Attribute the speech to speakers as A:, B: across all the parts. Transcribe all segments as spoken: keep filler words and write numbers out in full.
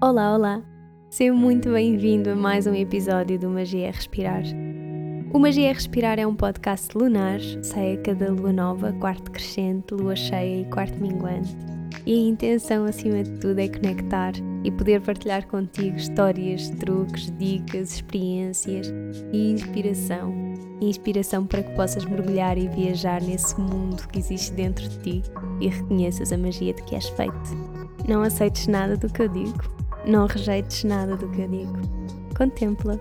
A: Olá, olá! Seja muito bem-vindo a mais um episódio do Magia é Respirar. O Magia é Respirar é um podcast lunar, sai a cada lua nova, quarto crescente, lua cheia e quarto minguante. E a intenção, acima de tudo, é conectar e poder partilhar contigo histórias, truques, dicas, experiências e inspiração. Inspiração para que possas mergulhar e viajar nesse mundo que existe dentro de ti e reconheças a magia de que és feito. Não aceites nada do que eu digo. Não rejeites nada do que eu digo. Contempla.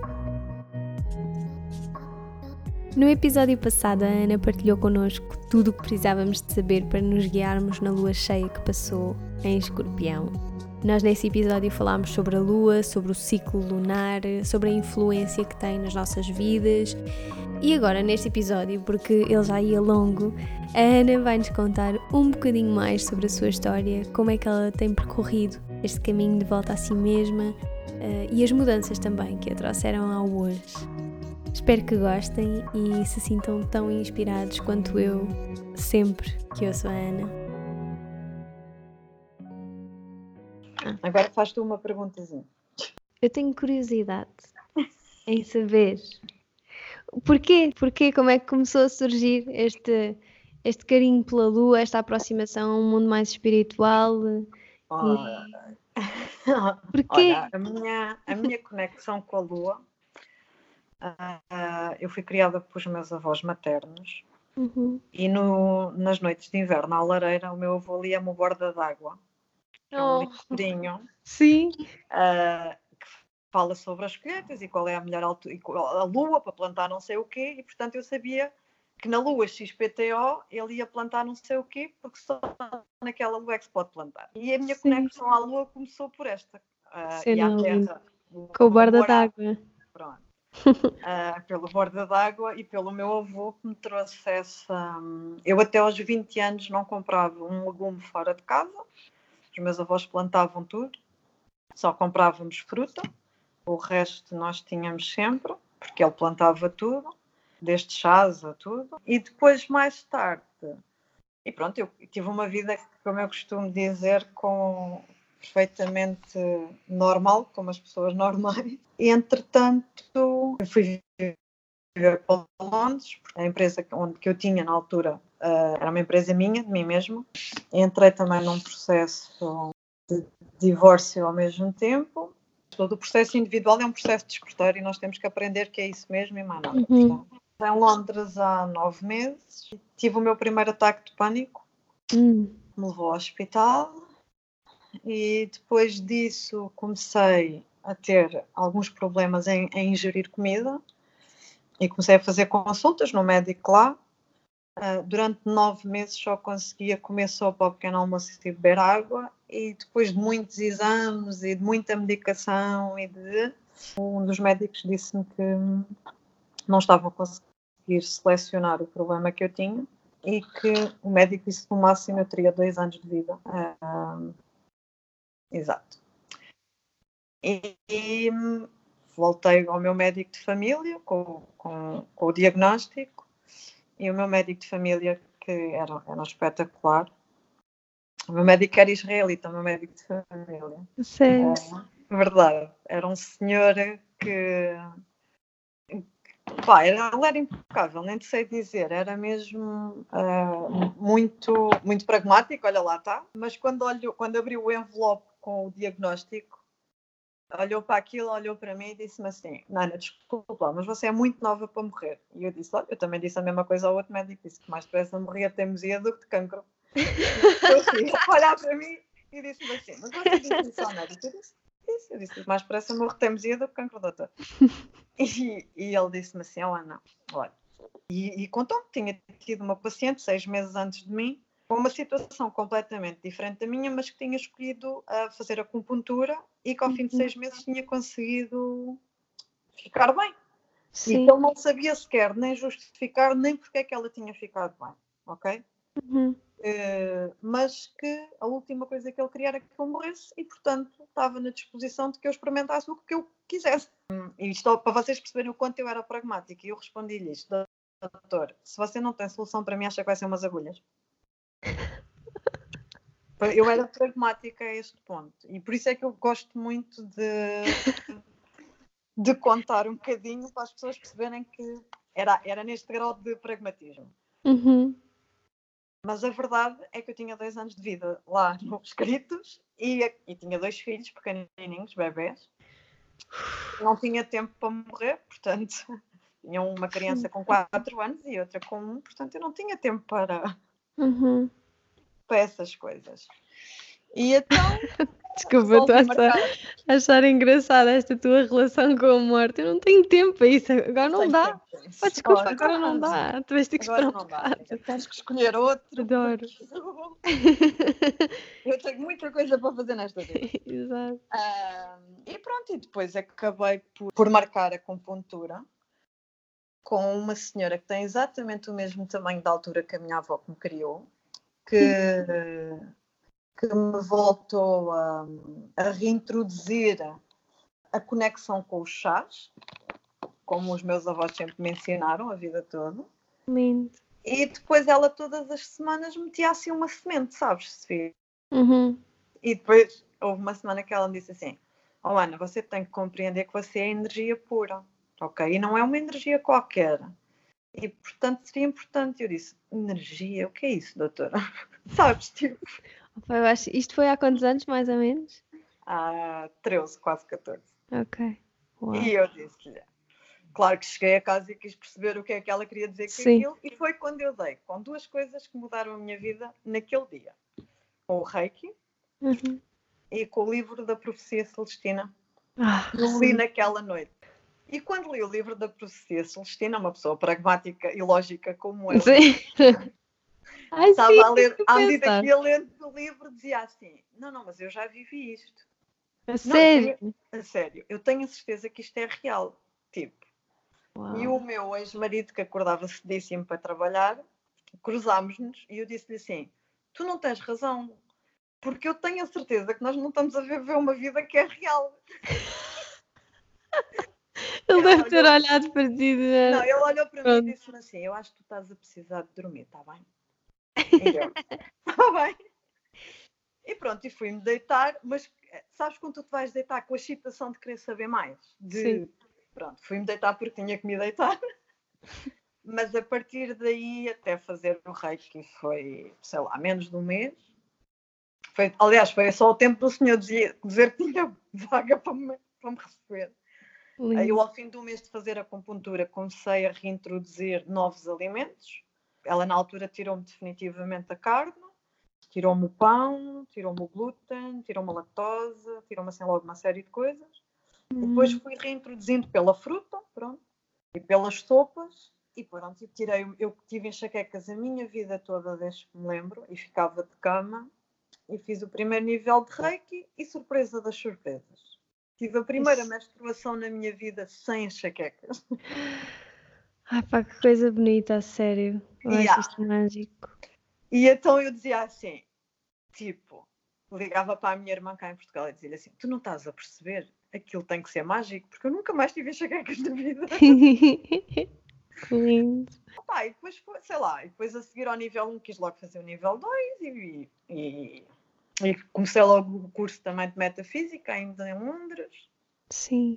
A: No episódio passado, a Ana partilhou connosco tudo o que precisávamos de saber para nos guiarmos na lua cheia que passou em Escorpião. Nós nesse episódio falámos sobre a lua, sobre o ciclo lunar, sobre a influência que tem nas nossas vidas. E agora, neste episódio, porque ele já ia longo, a Ana vai-nos contar um bocadinho mais sobre a sua história, como é que ela tem percorrido este caminho de volta a si mesma uh, e as mudanças também que a trouxeram ao hoje. Espero que gostem e se sintam tão inspirados quanto eu, sempre que ouço a Ana.
B: Ah. Agora faz-te uma perguntazinha.
A: Eu tenho curiosidade em saber porquê, porquê, como é que começou a surgir este, este carinho pela lua, esta aproximação a um mundo mais espiritual.
B: Oh.
A: E...
B: Porquê? Olha, a minha, a minha conexão com a lua, uh, eu fui criada pelos meus avós maternos.
A: Uhum.
B: E no, nas noites de inverno, à lareira, o meu avô lia-me o Borda d'Água, que é um
A: Oh.
B: livrinho
A: Sim.
B: Uh, que fala sobre as colheitas e qual é a melhor altura, a lua para plantar não sei o quê, e portanto eu sabia que na lua X P T O ele ia plantar não sei o quê, porque só naquela lua é que se pode plantar. E a minha Sim. conexão à lua começou por esta. Uh, e à Terra.
A: Com o Borda d'Água.
B: Pronto. Uh, pelo Borda d'Água e pelo meu avô que me trouxe essa... Um, eu até aos vinte anos não comprava um legume fora de casa. Os meus avós plantavam tudo. Só comprávamos fruta. O resto nós tínhamos sempre, porque ele plantava tudo. Desde chás a tudo. E depois, mais tarde... E pronto, eu tive uma vida, como eu costumo dizer, com... perfeitamente normal, como as pessoas normais. E, entretanto, eu fui viver para Londres, porque a empresa onde, que eu tinha na altura uh, era uma empresa minha, de mim mesma. Entrei também num processo de divórcio ao mesmo tempo. Todo o processo individual é um processo de despertar e nós temos que aprender que é isso mesmo e mais nada.
A: Uhum.
B: Estou em Londres há nove meses. Tive o meu primeiro ataque de pânico.
A: Uhum.
B: Me levou ao hospital. E depois disso comecei a ter alguns problemas em, em ingerir comida e comecei a fazer consultas no médico lá. Uh, durante nove meses só conseguia comer sopa ao pequeno almoço e beber água, e depois de muitos exames e de muita medicação e de... um dos médicos disse-me que não estava a conseguir selecionar o problema que eu tinha e que o médico disse que no máximo eu teria dois anos de vida. Uh, Exato. E, e voltei ao meu médico de família com, com, com o diagnóstico, e o meu médico de família, que era, era espetacular, o meu médico era israelita, o meu médico de família.
A: Sério?
B: É, verdade. Era um senhor que... Pá, era, ele era impecável, nem te sei dizer, era mesmo uh, muito, muito pragmático, olha lá está, mas quando, olhou, quando abriu o envelope com o diagnóstico, olhou para aquilo, olhou para mim e disse-me assim: Nana, desculpa, mas você é muito nova para morrer. E eu disse: olha, eu também disse a mesma coisa ao outro médico, disse que mais depressa morria de teimosia do que de cancro. Eu assim, olhar para mim e disse-me assim: mas você disse isso ao médico? Eu disse: isso. Eu disse: mais depressa morro de teimosia do que cancro, doutor. E, e ele disse-me assim: oh Ana, olha. E, e contou-me que tinha tido uma paciente seis meses antes de mim, com uma situação completamente diferente da minha, mas que tinha escolhido uh, fazer acupuntura e que ao fim de seis meses tinha conseguido ficar bem.
A: Sim.
B: E que ele não sabia sequer nem justificar nem porque é que ela tinha ficado bem, ok?
A: Uhum.
B: Uh, mas que a última coisa que ele queria era que eu morresse e, portanto, estava na disposição de que eu experimentasse o que eu quisesse. E isto para vocês perceberem o quanto eu era pragmática. E eu respondi-lhe isto: doutor, se você não tem solução para mim, acha que vai ser umas agulhas? Eu era pragmática a este ponto. E por isso é que eu gosto muito de, de contar um bocadinho para as pessoas perceberem que era, era neste grau de pragmatismo.
A: Uhum.
B: Mas a verdade é que eu tinha dois anos de vida lá nos escritos e, e tinha dois filhos pequenininhos, bebés. Não tinha tempo para morrer, portanto, tinha uma criança com quatro anos e outra com um, portanto, eu não tinha tempo para,
A: Uhum.
B: para essas coisas. E então,
A: Desculpa, estou a achar, a achar engraçada esta tua relação com a morte. Eu não tenho tempo para isso, agora não, não dá. Oh, desculpa, oh, agora não dá. Tu vais ter que esperar um bocado.
B: Tens que escolher outro.
A: Adoro.
B: Eu tenho muita coisa para fazer nesta vida.
A: Exato.
B: Um, e pronto, e depois acabei por, por marcar a acupuntura com uma senhora que tem exatamente o mesmo tamanho da altura que a minha avó que me criou, que, que me voltou a, a reintroduzir a conexão com os chás, como os meus avós sempre me ensinaram a vida toda.
A: Lindo.
B: E depois ela todas as semanas metia assim uma semente, sabes, Sofia?
A: Uhum.
B: E depois houve uma semana que ela me disse assim: oh Ana, você tem que compreender que você é energia pura, ok? E não é uma energia qualquer. E portanto seria importante. Eu disse: energia? O que é isso, doutora? Sabes, tipo...
A: Eu acho, isto foi há quantos anos, mais ou menos?
B: Há treze, quase catorze.
A: Ok. Uau.
B: E eu disse-lhe... Claro que cheguei a casa e quis perceber o que é que ela queria dizer com
A: Sim.
B: aquilo, e foi quando eu dei com duas coisas que mudaram a minha vida naquele dia. Com o Reiki
A: uhum.
B: e com o livro da Profecia Celestina.
A: Ah,
B: eu li naquela noite. E quando li o livro da Profecia Celestina, uma pessoa pragmática e lógica como eu,
A: sim. Ai,
B: estava
A: sim,
B: a ler, à medida
A: pensar.
B: que ia lendo o livro, dizia assim: não, não, mas eu já vivi isto.
A: A
B: Não,
A: sério?
B: tenho, a sério, eu tenho a certeza que isto é real. Tipo.
A: Uau.
B: E o meu ex-marido, que acordava cedíssimo para trabalhar, cruzámos-nos e eu disse-lhe assim: tu não tens razão, porque eu tenho a certeza que nós não estamos a viver uma vida que é real.
A: Ele, ele deve
B: olhou...
A: ter olhado para ti. De...
B: Não, ele olhou para Pronto. mim e disse-me assim: eu acho que tu estás a precisar de dormir, está bem? E eu: está bem. E pronto, e fui-me deitar, mas sabes quando tu te vais deitar com a excitação de querer saber mais? De...
A: Sim.
B: Pronto, fui-me deitar porque tinha que me deitar. Mas a partir daí, até fazer o Reiki, foi, sei lá, menos de um mês. Foi, aliás, foi só o tempo do senhor dizer, dizer que tinha vaga para me, para me receber. Lindo. Eu, ao fim do mês de fazer a acupuntura, comecei a reintroduzir novos alimentos. Ela, na altura, tirou-me definitivamente a carne, tirou-me o pão, tirou-me o glúten, tirou-me a lactose, tirou-me assim logo uma série de coisas. Hum. E depois fui reintroduzindo pela fruta, pronto, e pelas sopas. E pronto, tirei, eu tive enxaquecas a minha vida toda desde que me lembro e ficava de cama e fiz o primeiro nível de Reiki e surpresa das surpresas. Tive a primeira Isso. menstruação na minha vida sem enxaquecas.
A: Ai pá, que coisa bonita, a sério. Eu
B: yeah.
A: acho isto mágico.
B: E então eu dizia assim, tipo, ligava para a minha irmã cá em Portugal e dizia-lhe assim: tu não estás a perceber? Aquilo tem que ser mágico, porque eu nunca mais tive enxaquecas na vida.
A: Que lindo.
B: Opa, e depois, sei lá, e depois a seguir ao nível um quis logo fazer o nível dois e, e, e comecei logo o curso também de metafísica, ainda em Londres.
A: Sim.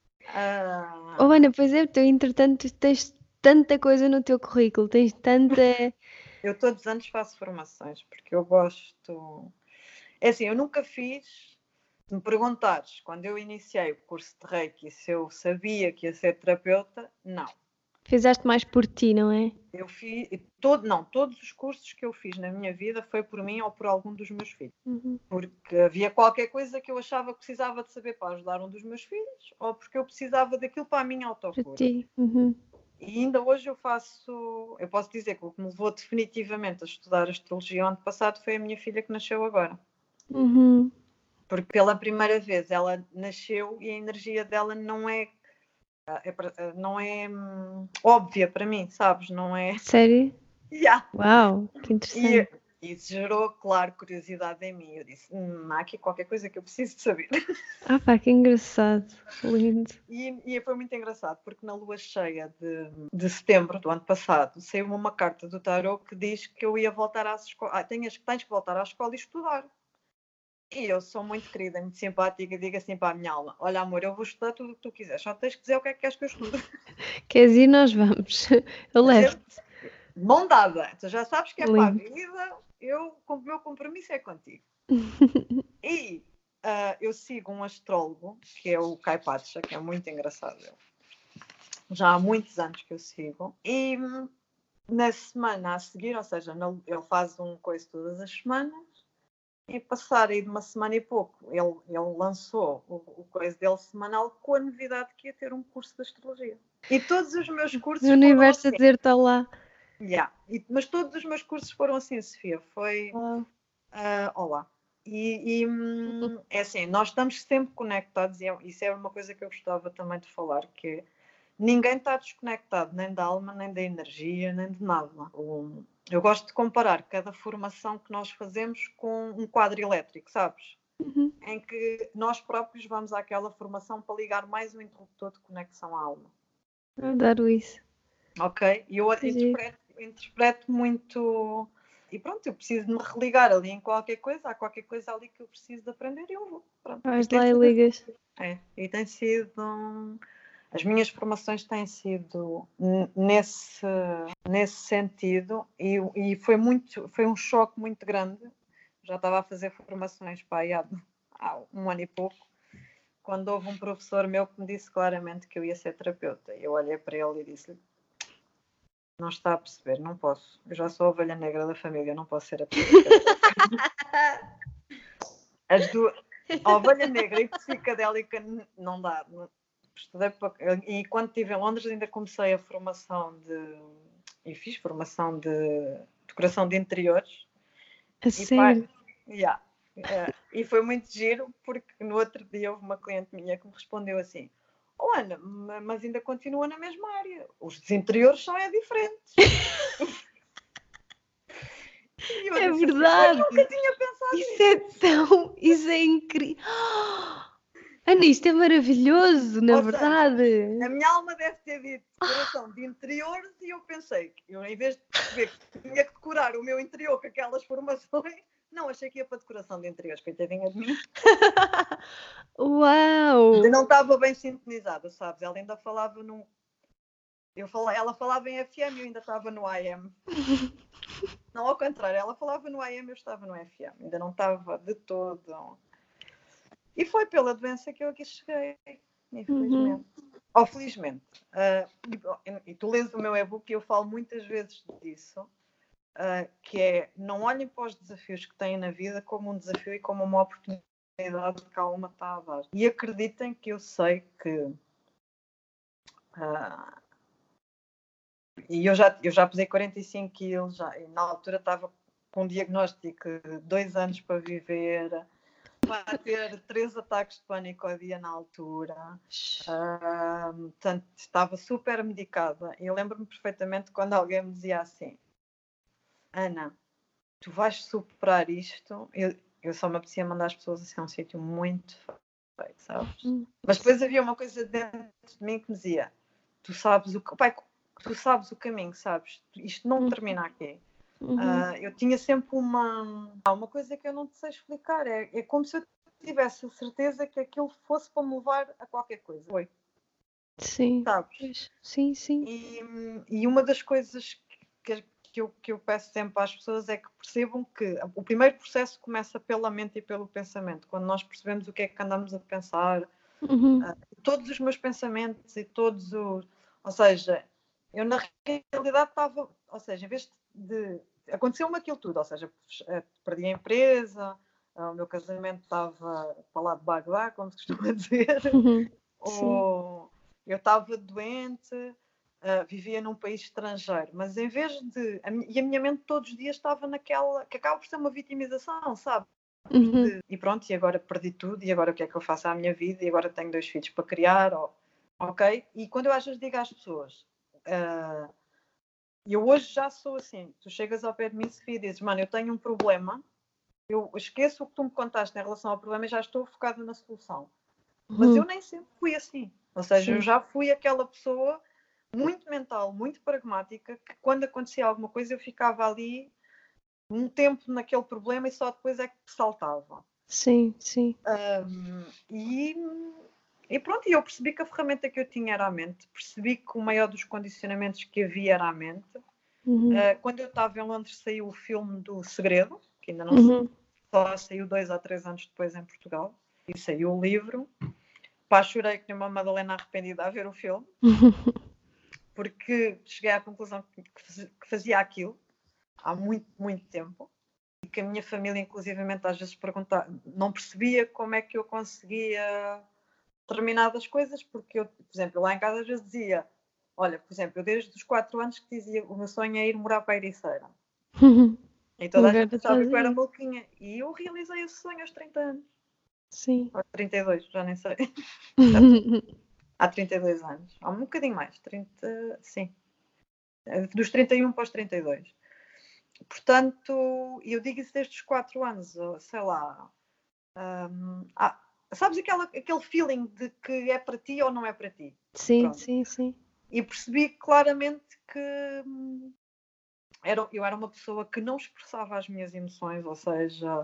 B: Ah,
A: oh Ana, pois é, tu entretanto tens tanta coisa no teu currículo, tens tanta...
B: Eu todos os anos faço formações, porque eu gosto... É assim, eu nunca fiz... Se me perguntares, quando eu iniciei o curso de Reiki, se eu sabia que ia ser terapeuta, não.
A: Fizeste mais por ti, não é?
B: Eu fiz, todo, não, todos os cursos que eu fiz na minha vida foi por mim ou por algum dos meus filhos.
A: Uhum.
B: Porque havia qualquer coisa que eu achava que precisava de saber para ajudar um dos meus filhos, ou porque eu precisava daquilo para a minha autocura.
A: Para ti. Uhum.
B: E ainda hoje eu faço, eu posso dizer que o que me levou definitivamente a estudar astrologia ano passado foi a minha filha que nasceu agora.
A: Uhum.
B: Porque pela primeira vez ela nasceu e a energia dela não é, é não é hum, óbvia para mim, sabes? Não é...
A: Sério?
B: Yeah.
A: Uau, que interessante.
B: Isso gerou, claro, curiosidade em mim. Eu disse, hum, há aqui qualquer coisa que eu preciso de saber.
A: Ah pá, que engraçado, lindo.
B: E, e foi muito engraçado, porque na lua cheia de, de setembro do ano passado, saiu uma carta do tarot que diz que eu ia voltar à escola. Ah, tens, tens que voltar à escola e estudar. E eu sou muito querida, muito simpática, e digo assim para a minha alma, olha amor, eu vou estudar tudo o que tu quiseres, só tens que dizer o que é que queres que eu estude.
A: Queres ir? Nós vamos. Eu
B: A
A: levo.
B: gente, mão dada, tu já sabes que é para a
A: Lindo.
B: vida, eu, o meu compromisso é contigo. E uh, eu sigo um astrólogo, que é o Kai Pacha, que é muito engraçado. Já há muitos anos que eu sigo. E na semana a seguir, ou seja, ele faz um coisa todas as semanas, e passar aí de uma semana e pouco, ele, ele lançou o, o coisa dele semanal com a novidade que ia ter um curso de astrologia. E todos os meus cursos
A: O
B: foram
A: universo a
B: assim.
A: dizer está lá.
B: Yeah. E, mas todos os meus cursos foram assim, Sofia. Foi.
A: Uau.
B: Uh, olá. E, e hum, é assim, nós estamos sempre conectados, e é, isso é uma coisa que eu gostava também de falar, que é, ninguém está desconectado, nem da alma, nem da energia, nem de nada. Um, eu gosto de comparar cada formação que nós fazemos com um quadro elétrico, sabes?
A: Uhum.
B: Em que nós próprios vamos àquela formação para ligar mais um interruptor de conexão à alma.
A: Adoro isso.
B: Ok? E eu interpreto, interpreto muito... E pronto, eu preciso de me religar ali em qualquer coisa, há qualquer coisa ali que eu preciso de aprender e eu vou. Pronto.
A: Vais
B: E
A: lá e
B: sido...
A: ligas.
B: É, e tem sido... As minhas formações têm sido nesse, nesse sentido e, e foi, muito, foi um choque muito grande. Já estava a fazer formações pá, há, há um ano e pouco, quando houve um professor meu que me disse claramente que eu ia ser terapeuta. Eu olhei para ele e disse-lhe, não está a perceber, não posso. Eu já sou a ovelha negra da família, não posso ser a psicodélica. As duas, a ovelha negra e a psicodélica não dá. Não, estudei para... E quando estive em Londres ainda comecei a formação de... E fiz formação de decoração de interiores.
A: A
B: e,
A: sério?
B: pá, yeah, uh, e foi muito giro, porque no outro dia houve uma cliente minha que me respondeu assim, oh Ana, mas ainda continua na mesma área. Os dos interiores são é diferentes. E eu
A: É
B: disse
A: verdade.
B: assim, nunca tinha pensado
A: isso
B: nisso.
A: É tão... Isso é incrível. Ana, isto é maravilhoso, na
B: Ou
A: verdade.
B: Seja, a minha alma deve ter dito decoração de interiores e eu pensei que eu, em vez de perceber que tinha que decorar o meu interior com aquelas formações, não, achei que ia para decoração de interiores, coitadinha de mim.
A: Uau!
B: Ainda não estava bem sintonizada, sabes? Ela ainda falava num... Eu fal... Ela falava em F M e eu ainda estava no A M. Não, ao contrário, ela falava no A M e eu estava no F M. Ainda não estava de todo... E foi pela doença que eu aqui cheguei, infelizmente. Uhum. Ou felizmente. Uh, e, e tu lês o meu e-book e eu falo muitas vezes disso, uh, que é, não olhem para os desafios que têm na vida como um desafio e como uma oportunidade que a alma está a dar. E acreditem que eu sei que... Uh, e eu já, eu já pesei quarenta e cinco quilos, já, e na altura estava com um diagnóstico de dois anos para viver... a ter três ataques de pânico ao dia na altura, uh, portanto estava super medicada e eu lembro-me perfeitamente quando alguém me dizia assim, Ana, tu vais superar isto. Eu, eu só me apetecia mandar as pessoas assim a um sítio muito feito, sabes? Uhum. Mas depois havia uma coisa dentro de mim que me dizia, tu sabes o, pai, tu sabes o caminho, sabes? Isto não termina aqui. Uhum. Uh, eu tinha sempre uma, uma coisa que eu não te sei explicar, é, é como se eu tivesse a certeza que aquilo fosse para me levar a qualquer coisa. Foi.
A: Sim.
B: Sabes?
A: Sim, sim.
B: E, e uma das coisas que, que, eu, que eu peço sempre às pessoas é que percebam que o primeiro processo começa pela mente e pelo pensamento. Quando nós percebemos o que é que andamos a pensar,
A: uhum. uh,
B: todos os meus pensamentos e todos os... Ou seja, eu na realidade estava... Ou seja, em vez de... Aconteceu-me aquilo tudo, ou seja, perdi a empresa, o meu casamento estava para lá de baguá, como se costuma dizer,
A: uhum.
B: ou eu estava doente, uh, vivia num país estrangeiro, mas em vez de... A minha, e a minha mente todos os dias estava naquela... que acaba por ser uma vitimização, sabe? Uhum. De, e pronto, e agora perdi tudo, e agora o que é que eu faço à minha vida, e agora tenho dois filhos para criar, ou, ok? E quando eu às vezes digo às pessoas... Uh, E eu hoje já sou assim. Tu chegas ao pé de mim, Sofia, e dizes, mano, eu tenho um problema, eu esqueço o que tu me contaste em relação ao problema e já estou focada na solução. Mas eu nem sempre fui assim. Ou seja,
A: Sim.
B: eu já fui aquela pessoa muito mental, muito pragmática, que quando acontecia alguma coisa eu ficava ali um tempo naquele problema e só depois é que saltava.
A: Sim, sim.
B: Um, e, e pronto, eu percebi que a ferramenta que eu tinha era a mente. Percebi que o maior dos condicionamentos que havia era a mente.
A: Uhum.
B: Uh, quando eu estava em Londres saiu o filme do Segredo, que ainda não
A: Uhum.
B: só saiu dois ou três anos depois em Portugal. E saiu o livro. Pá, chorei que nem uma Madalena arrependida a ver o filme. Porque cheguei à conclusão que fazia aquilo há muito, muito tempo. E que a minha família, inclusivamente, às vezes perguntava, não percebia como é que eu conseguia determinadas coisas, porque eu, por exemplo, lá em casa às vezes dizia, olha, por exemplo, eu desde os quatro anos que dizia o meu sonho é ir morar para a Ericeira. E toda a
A: Agora
B: gente achava
A: estás
B: que eu era
A: aí.
B: maluquinha. E eu realizei esse sonho aos trinta anos.
A: Sim.
B: Aos trinta e dois, já nem sei. Há trinta e dois anos. Há um bocadinho mais. trinta, sim. Dos trinta e um para os trinta e dois. Portanto, eu digo isso desde os quatro anos, sei lá. Um, ah, sabes aquela, aquele feeling de que é para ti ou não é para ti?
A: Sim,
B: Pronto.
A: sim, sim.
B: E percebi claramente que hum, era, eu era uma pessoa que não expressava as minhas emoções, ou seja,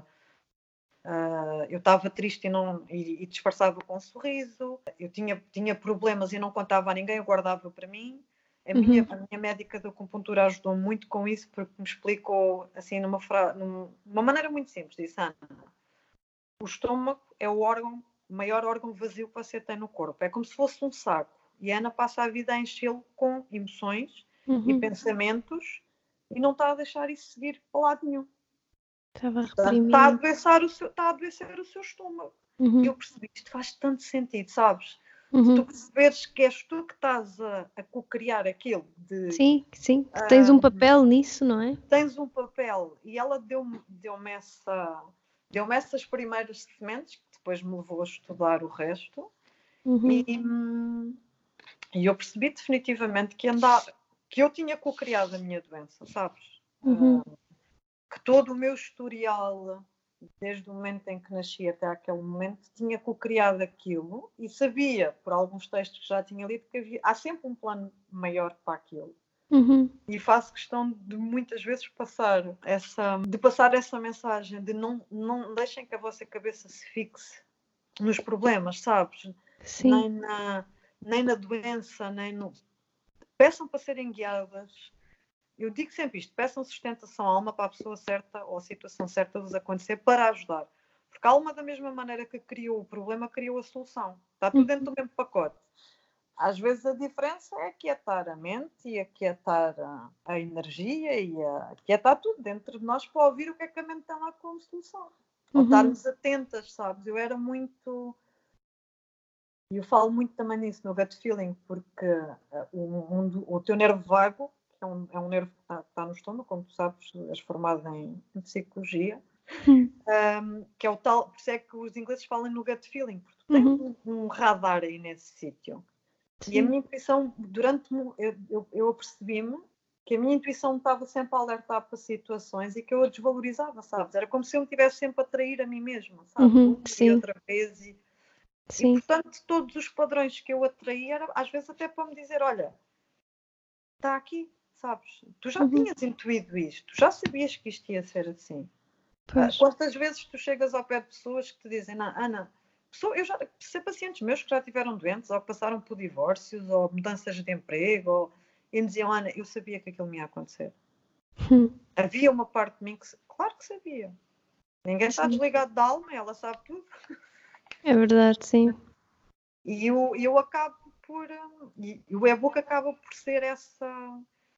B: uh, eu estava triste e, não, e, e disfarçava com um sorriso, eu tinha, tinha problemas e não contava a ninguém, eu guardava para mim. A,
A: Uhum.
B: minha, a minha médica da acupuntura ajudou muito com isso, porque me explicou assim numa, fra... numa maneira muito simples. Disse, Ana, o estômago é o órgão, o maior órgão vazio que você tem no corpo. É como se fosse um saco. E a Ana passa a vida a enchê-lo com emoções
A: Uhum.
B: e pensamentos e não está a deixar isso seguir para lado nenhum.
A: Estava a
B: Portanto,
A: reprimir.
B: está a adoecer o seu, está a adoecer o seu estômago.
A: Uhum.
B: Eu percebi, isto faz tanto sentido, sabes?
A: Uhum.
B: Se tu perceberes que és tu que estás a, a co-criar aquilo de...
A: Sim, sim. Que tens um papel nisso, não é?
B: Tens um papel. E ela deu-me deu-me essa... Deu-me essas primeiras sementes, que depois me levou a estudar o resto.
A: Uhum.
B: E, e eu percebi definitivamente que, andava, que eu tinha co-criado a minha doença, sabes?
A: Uhum.
B: Uh, que todo o meu historial, desde o momento em que nasci até aquele momento, tinha co-criado aquilo e sabia, por alguns textos que já tinha lido, que havia, há sempre um plano maior para aquilo.
A: Uhum.
B: E faço questão de muitas vezes passar essa, de passar essa mensagem de não, não deixem que a vossa cabeça se fixe nos problemas, sabes?
A: Sim.
B: Nem na, nem na doença, nem no... Peçam para serem guiadas. Eu digo sempre isto, peçam sustentação à alma para a pessoa certa ou a situação certa vos acontecer para ajudar. Porque a alma, da mesma maneira que criou o problema, criou a solução. Está tudo dentro do mesmo pacote. Às vezes a diferença é aquietar a mente e aquietar a, a energia e a, aquietar tudo dentro de nós para ouvir o que é que a mente tem lá como solução. Ou
A: Uhum.
B: estarmos atentas, sabes? Eu era muito... E eu falo muito também nisso, no gut feeling, porque uh, um, um, o teu nervo vago, que é um, é um nervo que está, está no estômago, como tu sabes, és formado em, em psicologia,
A: Uhum.
B: um, que é o tal, por isso é que os ingleses falam no gut feeling, porque tu tens
A: Uhum.
B: um, um radar aí nesse sítio.
A: Sim.
B: E a minha intuição, durante, eu, eu, eu apercebi-me que a minha intuição estava sempre a alertar para situações e que eu a desvalorizava, sabes? Era como se eu me estivesse sempre a trair a mim mesma, sabes?
A: Uhum.
B: Uma e
A: Sim.
B: outra vez e...
A: Sim.
B: E, portanto, todos os padrões que eu atraí, era, às vezes até para me dizer, olha, está aqui, sabes? Tu já
A: Uhum.
B: tinhas intuído isto, tu já sabias que isto ia ser assim.
A: Pois.
B: Uh, quantas vezes tu chegas ao pé de pessoas que te dizem, Ana, pessoa, eu já sei pacientes meus que já tiveram doentes, ou que passaram por divórcios, ou mudanças de emprego, ou, e me diziam, Ana, eu sabia que aquilo me ia acontecer.
A: Uhum.
B: Havia uma parte de mim que, claro que sabia. Ninguém está
A: Sim.
B: desligado da alma, ela sabe tudo.
A: É verdade, sim.
B: E eu, eu acabo por... E o e-book acaba por ser essa...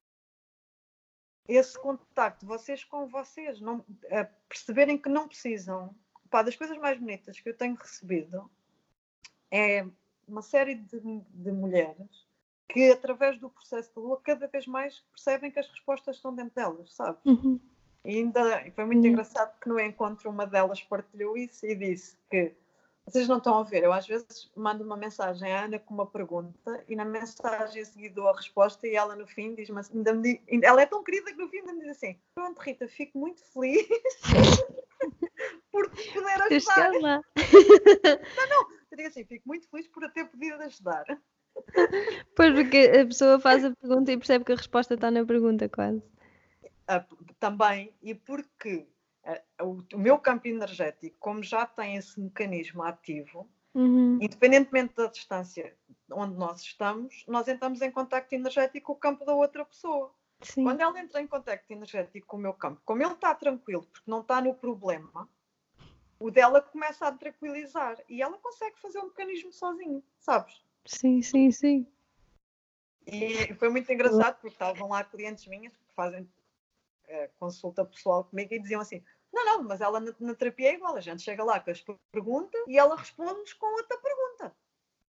B: esse contacto, vocês com vocês, não, perceberem que não precisam. Pá, das coisas mais bonitas que eu tenho recebido é uma série de, de mulheres que, através do processo da lua, cada vez mais percebem que as respostas estão dentro delas, sabes?
A: Uhum.
B: E ainda foi muito
A: Sim.
B: engraçado que no encontro uma delas partilhou isso e disse que Vocês não estão a ver, eu às vezes mando uma mensagem à Ana com uma pergunta e na mensagem a seguir dou a resposta e ela no fim diz-me assim, ainda me diz, ela é tão querida que no fim ainda me diz assim, pronto Rita, fico muito feliz por te poder
A: Tens
B: ajudar.
A: chegado lá.
B: Não, não, eu digo assim, fico muito feliz por a ter podido ajudar.
A: Pois, porque a pessoa faz a pergunta e percebe que a resposta está na pergunta quase.
B: Ah, também, e porque ah, o, o meu campo energético, como já tem esse mecanismo ativo,
A: Uhum.
B: independentemente da distância onde nós estamos, nós entramos em contacto energético com o campo da outra pessoa.
A: Sim.
B: Quando ela entra em contacto energético com o meu campo, como ele está tranquilo, porque não está no problema, o dela começa a tranquilizar e ela consegue fazer um mecanismo sozinho, sabes?
A: Sim, sim, sim.
B: E foi muito engraçado porque estavam lá clientes minhas que fazem uh, consulta pessoal comigo e diziam assim, não, não, mas ela na, na terapia é igual, a gente chega lá com as perguntas e ela responde-nos com outra pergunta.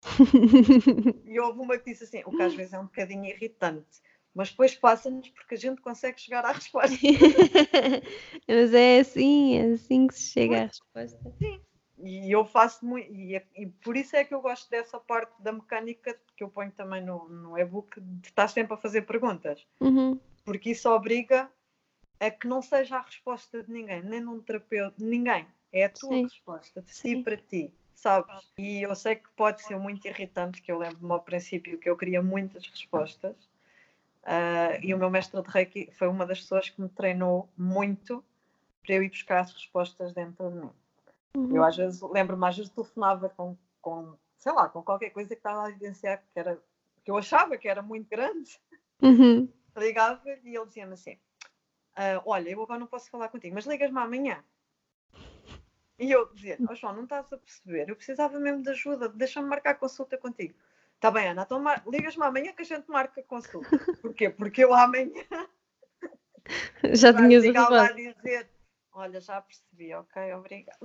B: E houve uma que disse assim, o que às vezes é um bocadinho irritante, mas depois passa-nos porque a gente consegue chegar à resposta.
A: Mas é assim, é assim que se chega à resposta.
B: Sim. E eu faço muito, e, e por isso é que eu gosto dessa parte da mecânica que eu ponho também no, no e-book, de estar sempre a fazer perguntas.
A: Uhum.
B: Porque isso obriga a que não seja a resposta de ninguém, nem de um terapeuta, ninguém. É a tua
A: Sim.
B: resposta, de
A: Sim.
B: ti para ti, sabes? E eu sei que pode ser muito irritante, que eu lembro-me ao princípio que eu queria muitas respostas. Uh, e o meu mestre de Reiki foi uma das pessoas que me treinou muito para eu ir buscar as respostas dentro de mim. Uhum. Eu às vezes, lembro-me, às vezes telefonava com, com, sei lá, com qualquer coisa que estava a evidenciar que, era, que eu achava que era muito grande.
A: Uhum.
B: Ligava-lhe e ele dizia-me assim, uh, olha, eu agora não posso falar contigo, mas ligas-me amanhã. E eu dizia, oh, João, não estás a perceber, eu precisava mesmo de ajuda, deixa-me marcar consulta contigo. Está bem, Ana, então ligas-me amanhã que a gente marca consulta. Porquê? Porque eu amanhã
A: já tinhas a
B: ligar lá a
A: resposta.
B: dizer, olha, já percebi, ok, obrigada.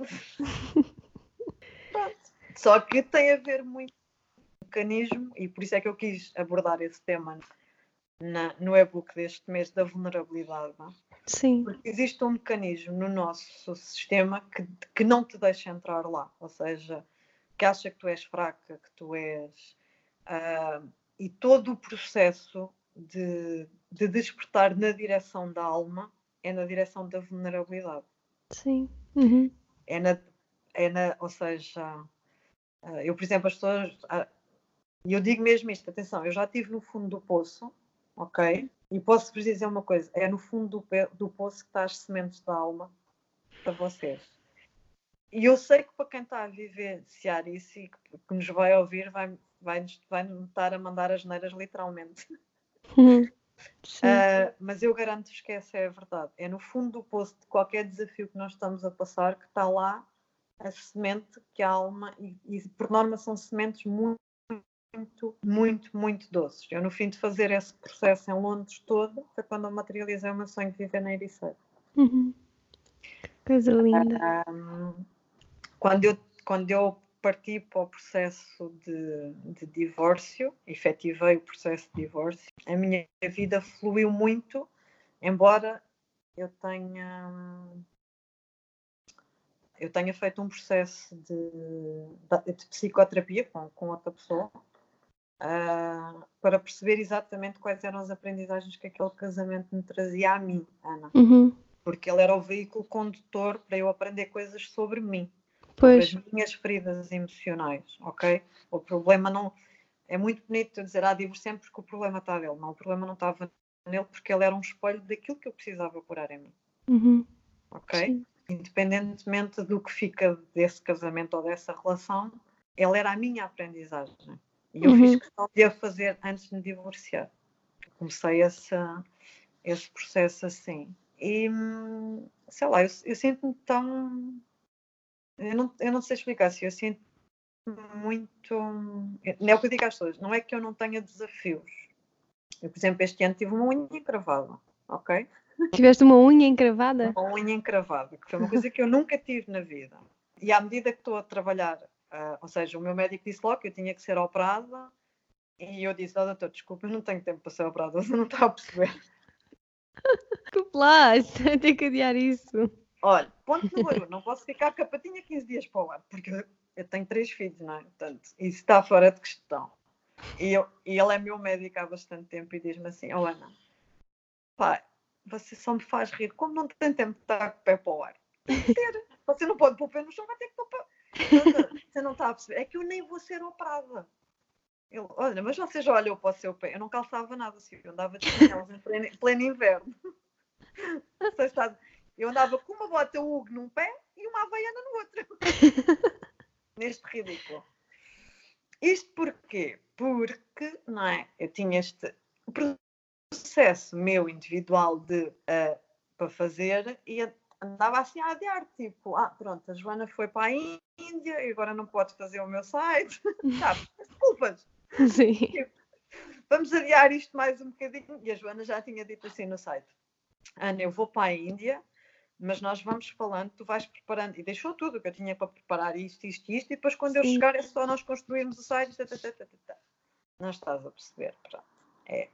B: Pronto. Só que tem a ver muito com o mecanismo, e por isso é que eu quis abordar esse tema na, no e-book deste mês da vulnerabilidade. Não?
A: Sim.
B: Porque existe um mecanismo no nosso sistema que, que não te deixa entrar lá, ou seja, que acha que tu és fraca, que tu és... Uh, e todo o processo de, de despertar na direção da alma é na direção da vulnerabilidade.
A: Sim. Uhum.
B: É na, é na, ou seja, uh, eu, por exemplo, as pessoas... Uh, e eu digo mesmo isto, atenção, eu já estive no fundo do poço, ok? E posso-vos dizer uma coisa, é no fundo do, do poço que está as sementes da alma para vocês. E eu sei que para quem está a vivenciar isso e que, que nos vai ouvir, vai, vai, vai nos estar a mandar as neiras literalmente.
A: Uhum.
B: Uh, mas eu garanto-vos que essa é a verdade. É no fundo do poço de qualquer desafio que nós estamos a passar que está lá a semente que a alma, e, e por norma são sementes muito, muito, muito, muito doces. Eu no fim de fazer esse processo em Londres todo, foi quando eu materializei o meu sonho de viver na Ericeira.
A: Uhum. Coisa linda.
B: Um, quando, eu, quando eu parti para o processo de, de divórcio, efetivei o processo de divórcio, a minha vida fluiu muito, embora eu tenha eu tenha feito um processo de, de psicoterapia com, com outra pessoa uh, para perceber exatamente quais eram as aprendizagens que aquele casamento me trazia a mim, Ana.
A: Uhum.
B: Porque ele era o veículo condutor para eu aprender coisas sobre mim,
A: pois.
B: sobre as minhas feridas emocionais, ok? O problema não... É muito bonito eu dizer, ah, divorciei-me porque o problema está nele. Não, o problema não estava nele porque ele era um espelho daquilo que eu precisava curar em mim.
A: Uhum.
B: Ok?
A: Sim.
B: Independentemente do que fica desse casamento ou dessa relação, ele era a minha aprendizagem. E eu
A: uhum.
B: fiz questão de a fazer antes de me divorciar. Comecei esse, esse processo assim. E, sei lá, eu, eu sinto-me tão... Eu não, eu não sei explicar se eu sinto muito... Não é o que eu digo às pessoas, não é que eu não tenha desafios. Eu, por exemplo, este ano tive uma unha encravada, ok?
A: Tiveste uma unha encravada?
B: Uma unha encravada, que foi uma coisa que eu nunca tive na vida. E à medida que estou a trabalhar, uh, ou seja, o meu médico disse logo que eu tinha que ser operada, e eu disse, oh, doutor, desculpa, eu não tenho tempo para ser operada, você não está a perceber.
A: Desculpe lá, tem que adiar isso.
B: Olha, ponto número um, não posso ficar com a patinha quinze dias para o ar, porque eu, eu tenho três filhos, não é? Portanto, isso está fora de questão. E, eu, e ele é meu médico há bastante tempo e diz-me assim, oh Ana, pá, você só me faz rir, como não tem tempo de estar com o pé para o ar? Tem que ter. Você não pode pôr o pé no chão, vai ter que pôr o pé. Você não está a perceber? É que eu nem vou ser operada. Ele, olha, mas você já olhou para o seu pé? Eu não calçava nada, assim, eu andava de chinelos em pleno, pleno inverno. Você está... Eu andava com uma bota Hugo num pé e uma havaiana no outro. Neste ridículo. Isto porquê? Porque, não é? Eu tinha este processo meu individual de uh, para fazer e andava assim a adiar, tipo, ah, pronto, a Joana foi para a Índia e agora não pode fazer o meu site. Sabe? Desculpas.
A: Sim.
B: Tipo, vamos adiar isto mais um bocadinho. E a Joana já tinha dito assim no site, Ana, eu vou para a Índia, mas nós vamos falando, tu vais preparando, e deixou tudo, que eu tinha para preparar isto, isto e isto, e depois quando Sim. eu chegar é só nós construirmos o site, tá, tá, tá, tá, tá. Não estás a perceber, pronto. É.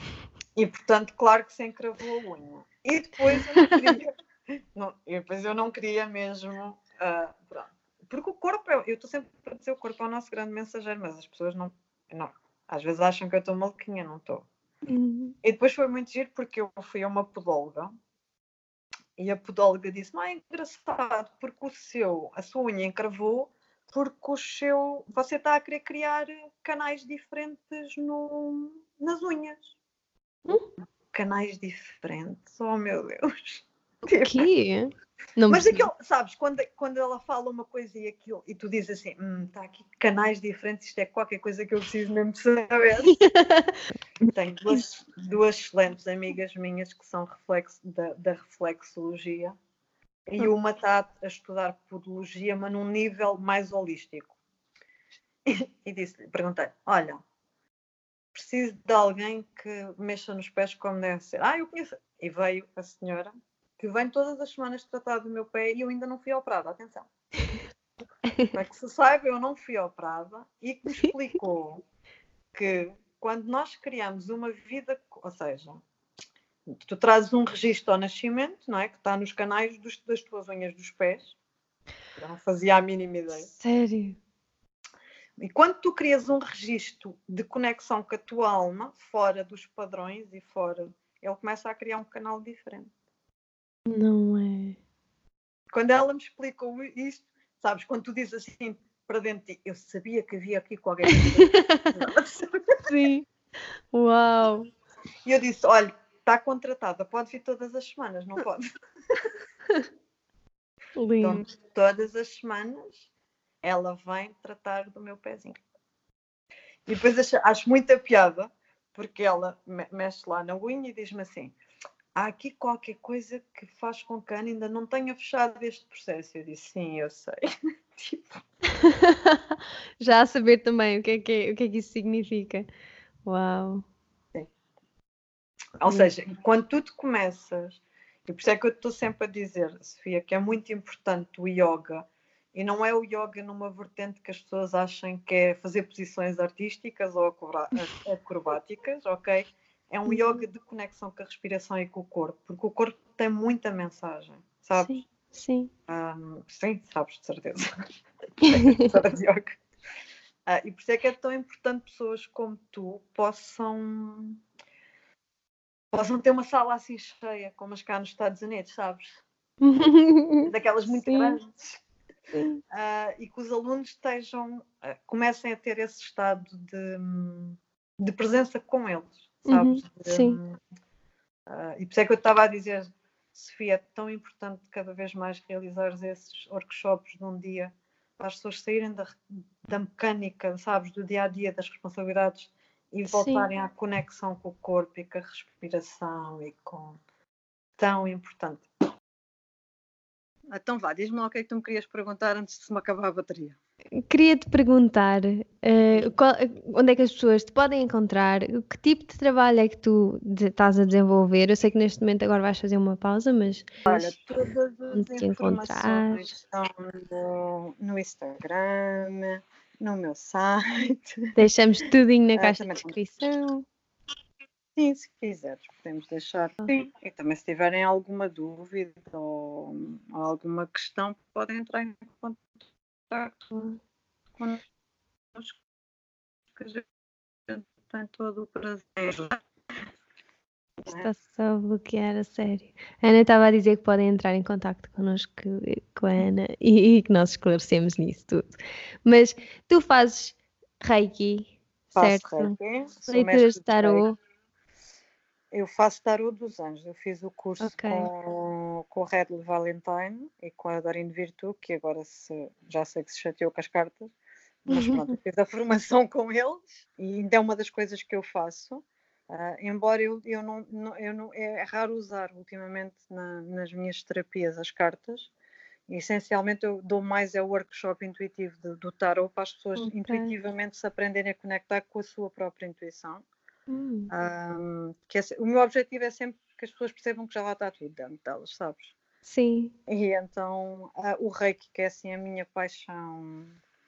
B: E portanto, claro que se encravou a unha. E depois eu não queria, não, e depois eu não queria mesmo, uh, pronto. Porque o corpo, é, eu estou sempre a dizer, o corpo é o nosso grande mensageiro, mas as pessoas não, não às vezes acham que eu estou maluquinha, não estou. Uhum. E depois foi muito giro porque eu fui a uma podóloga e a podóloga disse, não é engraçado porque o seu, a sua unha encravou porque o seu, você está a querer criar canais diferentes no, nas unhas. Hum? Canais diferentes, oh meu Deus.
A: O quê? Não
B: Mas aquilo, sabes, quando, quando ela fala uma coisa e aquilo, e tu dizes assim, hum, está aqui canais diferentes, isto é qualquer coisa que eu preciso mesmo saber. Tenho duas, duas excelentes amigas minhas que são reflexo, da, da reflexologia e uma está a estudar podologia, mas num nível mais holístico. E, e disse-lhe, perguntei, olha, preciso de alguém que mexa nos pés como deve ser. Ah, eu conheço. E veio a senhora que vem todas as semanas tratar do meu pé e eu ainda não fui operada, atenção. Para que se saiba, eu não fui operada e que me explicou que quando nós criamos uma vida, ou seja, tu trazes um registro ao nascimento, não é? Que está nos canais dos, das tuas unhas dos pés. Eu não fazia a mínima ideia.
A: Sério?
B: E quando tu crias um registro de conexão com a tua alma, fora dos padrões e fora, ele começa a criar um canal diferente.
A: Não é?
B: Quando ela me explicou isto, sabes, quando tu dizes assim para dentro de ti, eu sabia que havia aqui qualquer coisa.
A: Sim. Uau!
B: E eu disse, olha, está contratada, pode vir todas as semanas, não pode?
A: Lindo.
B: Então, todas as semanas ela vem tratar do meu pezinho. E depois acho, acho muita piada, porque ela me, mexe lá na unha e diz-me assim, há aqui qualquer coisa que faz com que a Ana ainda não tenha fechado este processo. Eu disse, sim, eu sei. Tipo...
A: Já a saber também o que é que, o que, é que isso significa. Uau!
B: Sim. Ou seja, quando tu te começas, e por isso é que eu estou sempre a dizer, Sofia, que é muito importante o yoga, e não é o yoga numa vertente que as pessoas achem que é fazer posições artísticas ou acrobáticas, ok? É um yoga de conexão com a respiração e com o corpo, porque o corpo tem muita mensagem, sabes?
A: Sim, sim.
B: Um, sim, sabes, de certeza. de yoga. Uh, e por isso é que é tão importante pessoas como tu possam, possam ter uma sala assim cheia, como as cá nos Estados Unidos, sabes? Daquelas muito sim. grandes.
A: Sim.
B: Uh, e que os alunos estejam, uh, comecem a ter esse estado de, de presença com eles, sabes?
A: Uhum, de, sim.
B: Uh, e por isso é que eu estava a dizer, Sofia, é tão importante cada vez mais realizar esses workshops de um dia para as pessoas saírem da, da mecânica, sabes? Do dia a dia, das responsabilidades e voltarem sim. à conexão com o corpo e com a respiração e com... Tão importante. Então vá, diz-me lá o que é que tu me querias perguntar antes de se me acabar a bateria.
A: Queria-te perguntar uh, qual, onde é que as pessoas te podem encontrar, que tipo de trabalho é que tu de, estás a desenvolver. Eu sei que neste momento agora vais fazer uma pausa, mas...
B: Olha, todas as informações estão no, no Instagram, no meu site.
A: Deixamos tudinho na caixa de descrição.
B: Sim, se quiseres, podemos deixar. Sim. E também se tiverem alguma dúvida ou, ou alguma questão, podem entrar em contato connosco, que a gente tem todo o prazer.
A: Está só a bloquear, a sério. A Ana estava a dizer que podem entrar em contacto connosco, com a Ana, e, e que nós esclarecemos nisso tudo. Mas tu fazes Reiki,
B: Faço
A: certo?
B: Reiki, sou
A: Leituras
B: mestre
A: de
B: de
A: tarô.
B: Reiki. Eu faço tarô dos anjos. Eu fiz o curso
A: Ok.
B: com, com o Red Valentine e com a Dorine Virtu, que agora se, já sei que se chateou com as cartas, mas pronto, eu fiz a formação com eles e ainda é uma das coisas que eu faço. Uh, embora eu, eu, não, não, eu não. É raro usar ultimamente na, nas minhas terapias as cartas. E, essencialmente eu dou mais é o workshop intuitivo do, do tarot para as pessoas
A: Ok.
B: intuitivamente se aprenderem a conectar com a sua própria intuição.
A: Hum.
B: Um, que é, o meu objetivo é sempre que as pessoas percebam que já lá está tudo dentro delas, sabes?
A: Sim.
B: E então uh, o Reiki, que é assim a minha paixão,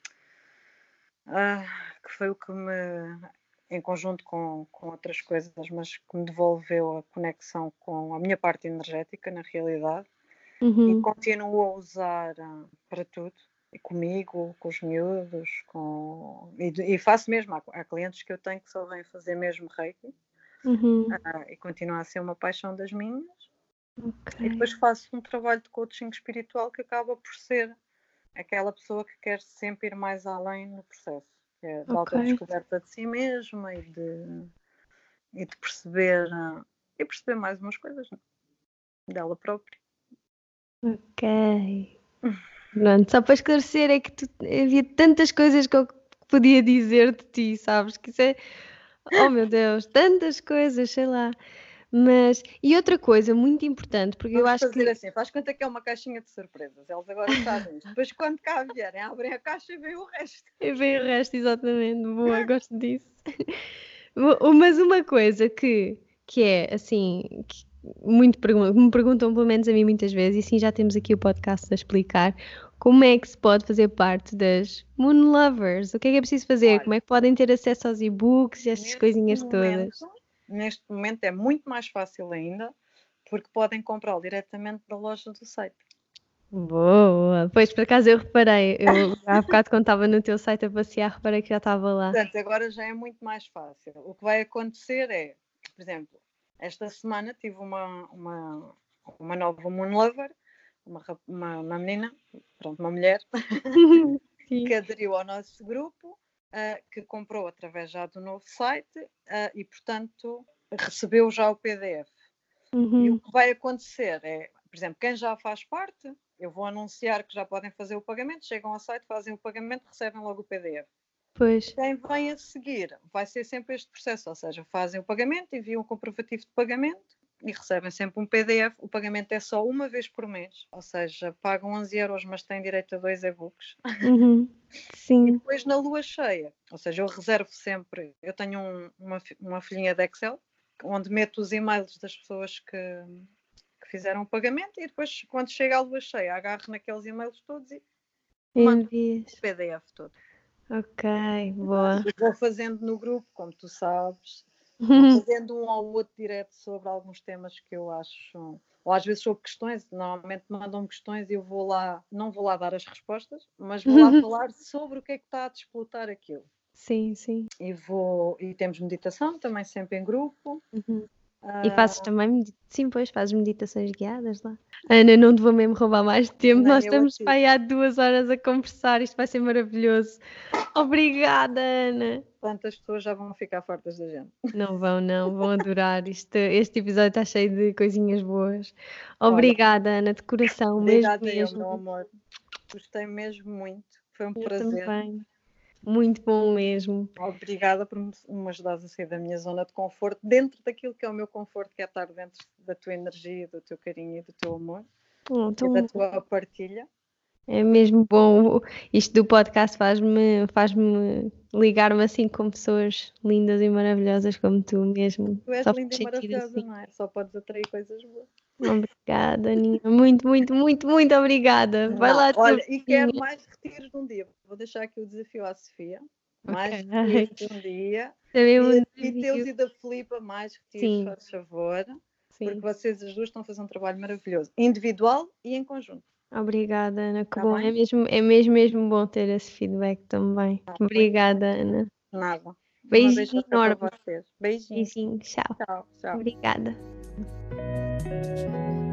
B: uh, que foi o que me, em conjunto com, com outras coisas, mas que me devolveu a conexão com a minha parte energética, na realidade,
A: Uhum.
B: e continuo a usar uh, para tudo. E comigo, com os miúdos, com... E, e faço mesmo, há, há clientes que eu tenho que só vêm fazer mesmo Reiki.
A: Uhum.
B: Uh, e continua a ser uma paixão das minhas.
A: Ok.
B: E depois faço um trabalho de coaching espiritual que acaba por ser aquela pessoa que quer sempre ir mais além no processo, que é da
A: Ok.
B: autodescoberta de si mesma e de, e de perceber uh, e perceber mais umas coisas dela própria.
A: Ok. Pronto, só para esclarecer é que tu, havia tantas coisas que eu podia dizer de ti, sabes? Que isso é, oh meu Deus, tantas coisas, sei lá. Mas, e outra coisa muito importante, porque eu
B: Vamos
A: acho
B: fazer
A: que
B: assim, faz conta que é uma caixinha de surpresas. Eles agora sabem isto. Depois, quando cá vierem, abrem a caixa e veem o resto.
A: é bem o resto, exatamente, boa, gosto disso. Bo- Mas uma coisa que, que é assim, que muito pergun- me perguntam pelo menos a mim muitas vezes, e sim já temos aqui o podcast a explicar como é que se pode fazer parte das Moon Lovers, o que é que é preciso fazer,
B: Olha,
A: como é que podem ter acesso aos e-books e essas
B: neste
A: coisinhas
B: momento,
A: todas.
B: neste momento é muito mais fácil ainda, porque podem comprá-lo diretamente da loja do site.
A: Boa! Pois, por acaso eu reparei, eu há bocado quando estava no teu site a passear, reparei que já estava lá.
B: Portanto, agora já é muito mais fácil. O que vai acontecer é, por exemplo, esta semana tive uma, uma, uma nova Moon Lover, uma, uma, uma menina, pronto, uma mulher,
A: Sim.
B: que aderiu ao nosso grupo, uh, que comprou através já do novo site uh, e, portanto, recebeu já o P D F.
A: Uhum.
B: E o que vai acontecer é, por exemplo, quem já faz parte, eu vou anunciar que já podem fazer o pagamento, chegam ao site, fazem o pagamento, recebem logo o P D F.
A: Pois.
B: Quem vem a seguir vai ser sempre este processo, ou seja, fazem o pagamento, enviam um comprovativo de pagamento e recebem sempre um P D F. O pagamento é só uma vez por mês, ou seja, pagam onze euros, mas têm direito a dois e-books.
A: Uhum. Sim.
B: E depois na lua cheia, ou seja, eu reservo sempre, eu tenho um, uma, uma folhinha de Excel, onde meto os e-mails das pessoas que, que fizeram o pagamento e depois, quando chega a lua cheia, agarro naqueles e-mails todos e mando
A: Envias.
B: o P D F todo.
A: Ok, boa.
B: E vou fazendo no grupo, como tu sabes, vou fazendo um ou outro direto sobre alguns temas que eu acho, ou às vezes sobre questões, normalmente mandam-me questões e eu vou lá, não vou lá dar as respostas, mas vou lá falar sobre o que é que está a disputar aquilo.
A: Sim, sim.
B: E vou, e temos meditação também sempre em grupo.
A: Uhum. E fazes também, medi- sim, pois, fazes meditações guiadas lá. Ana, não te vou mesmo roubar mais tempo,
B: Nem
A: nós
B: eu a
A: estamos
B: ti.
A: para aí há duas horas a conversar, isto vai ser maravilhoso. Obrigada, Ana.
B: Quantas pessoas já vão ficar fartas da gente?
A: Não vão, não, vão adorar. Isto, este episódio está cheio de coisinhas boas.
B: Olha,
A: Obrigada, Ana, de coração, mesmo,
B: obrigada eu, meu
A: mesmo.
B: amor. Gostei mesmo muito. Foi um
A: Eu
B: prazer.
A: também. Muito bom mesmo.
B: Obrigada por me me ajudares a sair da minha zona de conforto, dentro daquilo que é o meu conforto, que é estar dentro da tua energia, do teu carinho e do teu amor
A: Oh,
B: e
A: tão
B: da
A: bom.
B: tua partilha.
A: É mesmo bom. Isto do podcast faz-me faz-me ligar-me assim com pessoas lindas e maravilhosas como tu mesmo.
B: Tu és
A: Só
B: linda
A: faz
B: e
A: sentido
B: maravilhosa,
A: assim.
B: não é? Só podes atrair coisas boas.
A: Obrigada, Aninha. Muito, muito, muito, muito obrigada. Vai
B: Não,
A: lá, tua
B: olha, e quero
A: vizinha.
B: mais retiros de um dia. Vou deixar aqui o desafio à Sofia.
A: Ok.
B: Mais retiros de um dia.
A: Também é um
B: E, e teus
A: desafio.
B: e da Filipa, mais retiros,
A: Sim,
B: faz favor, porque
A: sim.
B: vocês as duas estão a fazer um trabalho maravilhoso, individual e em conjunto.
A: Obrigada, Ana. Que
B: Está
A: bom. É
B: bem?
A: mesmo, é mesmo, mesmo bom ter esse feedback também.
B: Tá bem?
A: Obrigada, Ana.
B: Nada. Uma
A: Beijinho
B: beijota para
A: enorme.
B: vocês. Beijinhos.
A: Beijinho. Tchau.
B: Tchau, tchau.
A: Obrigada.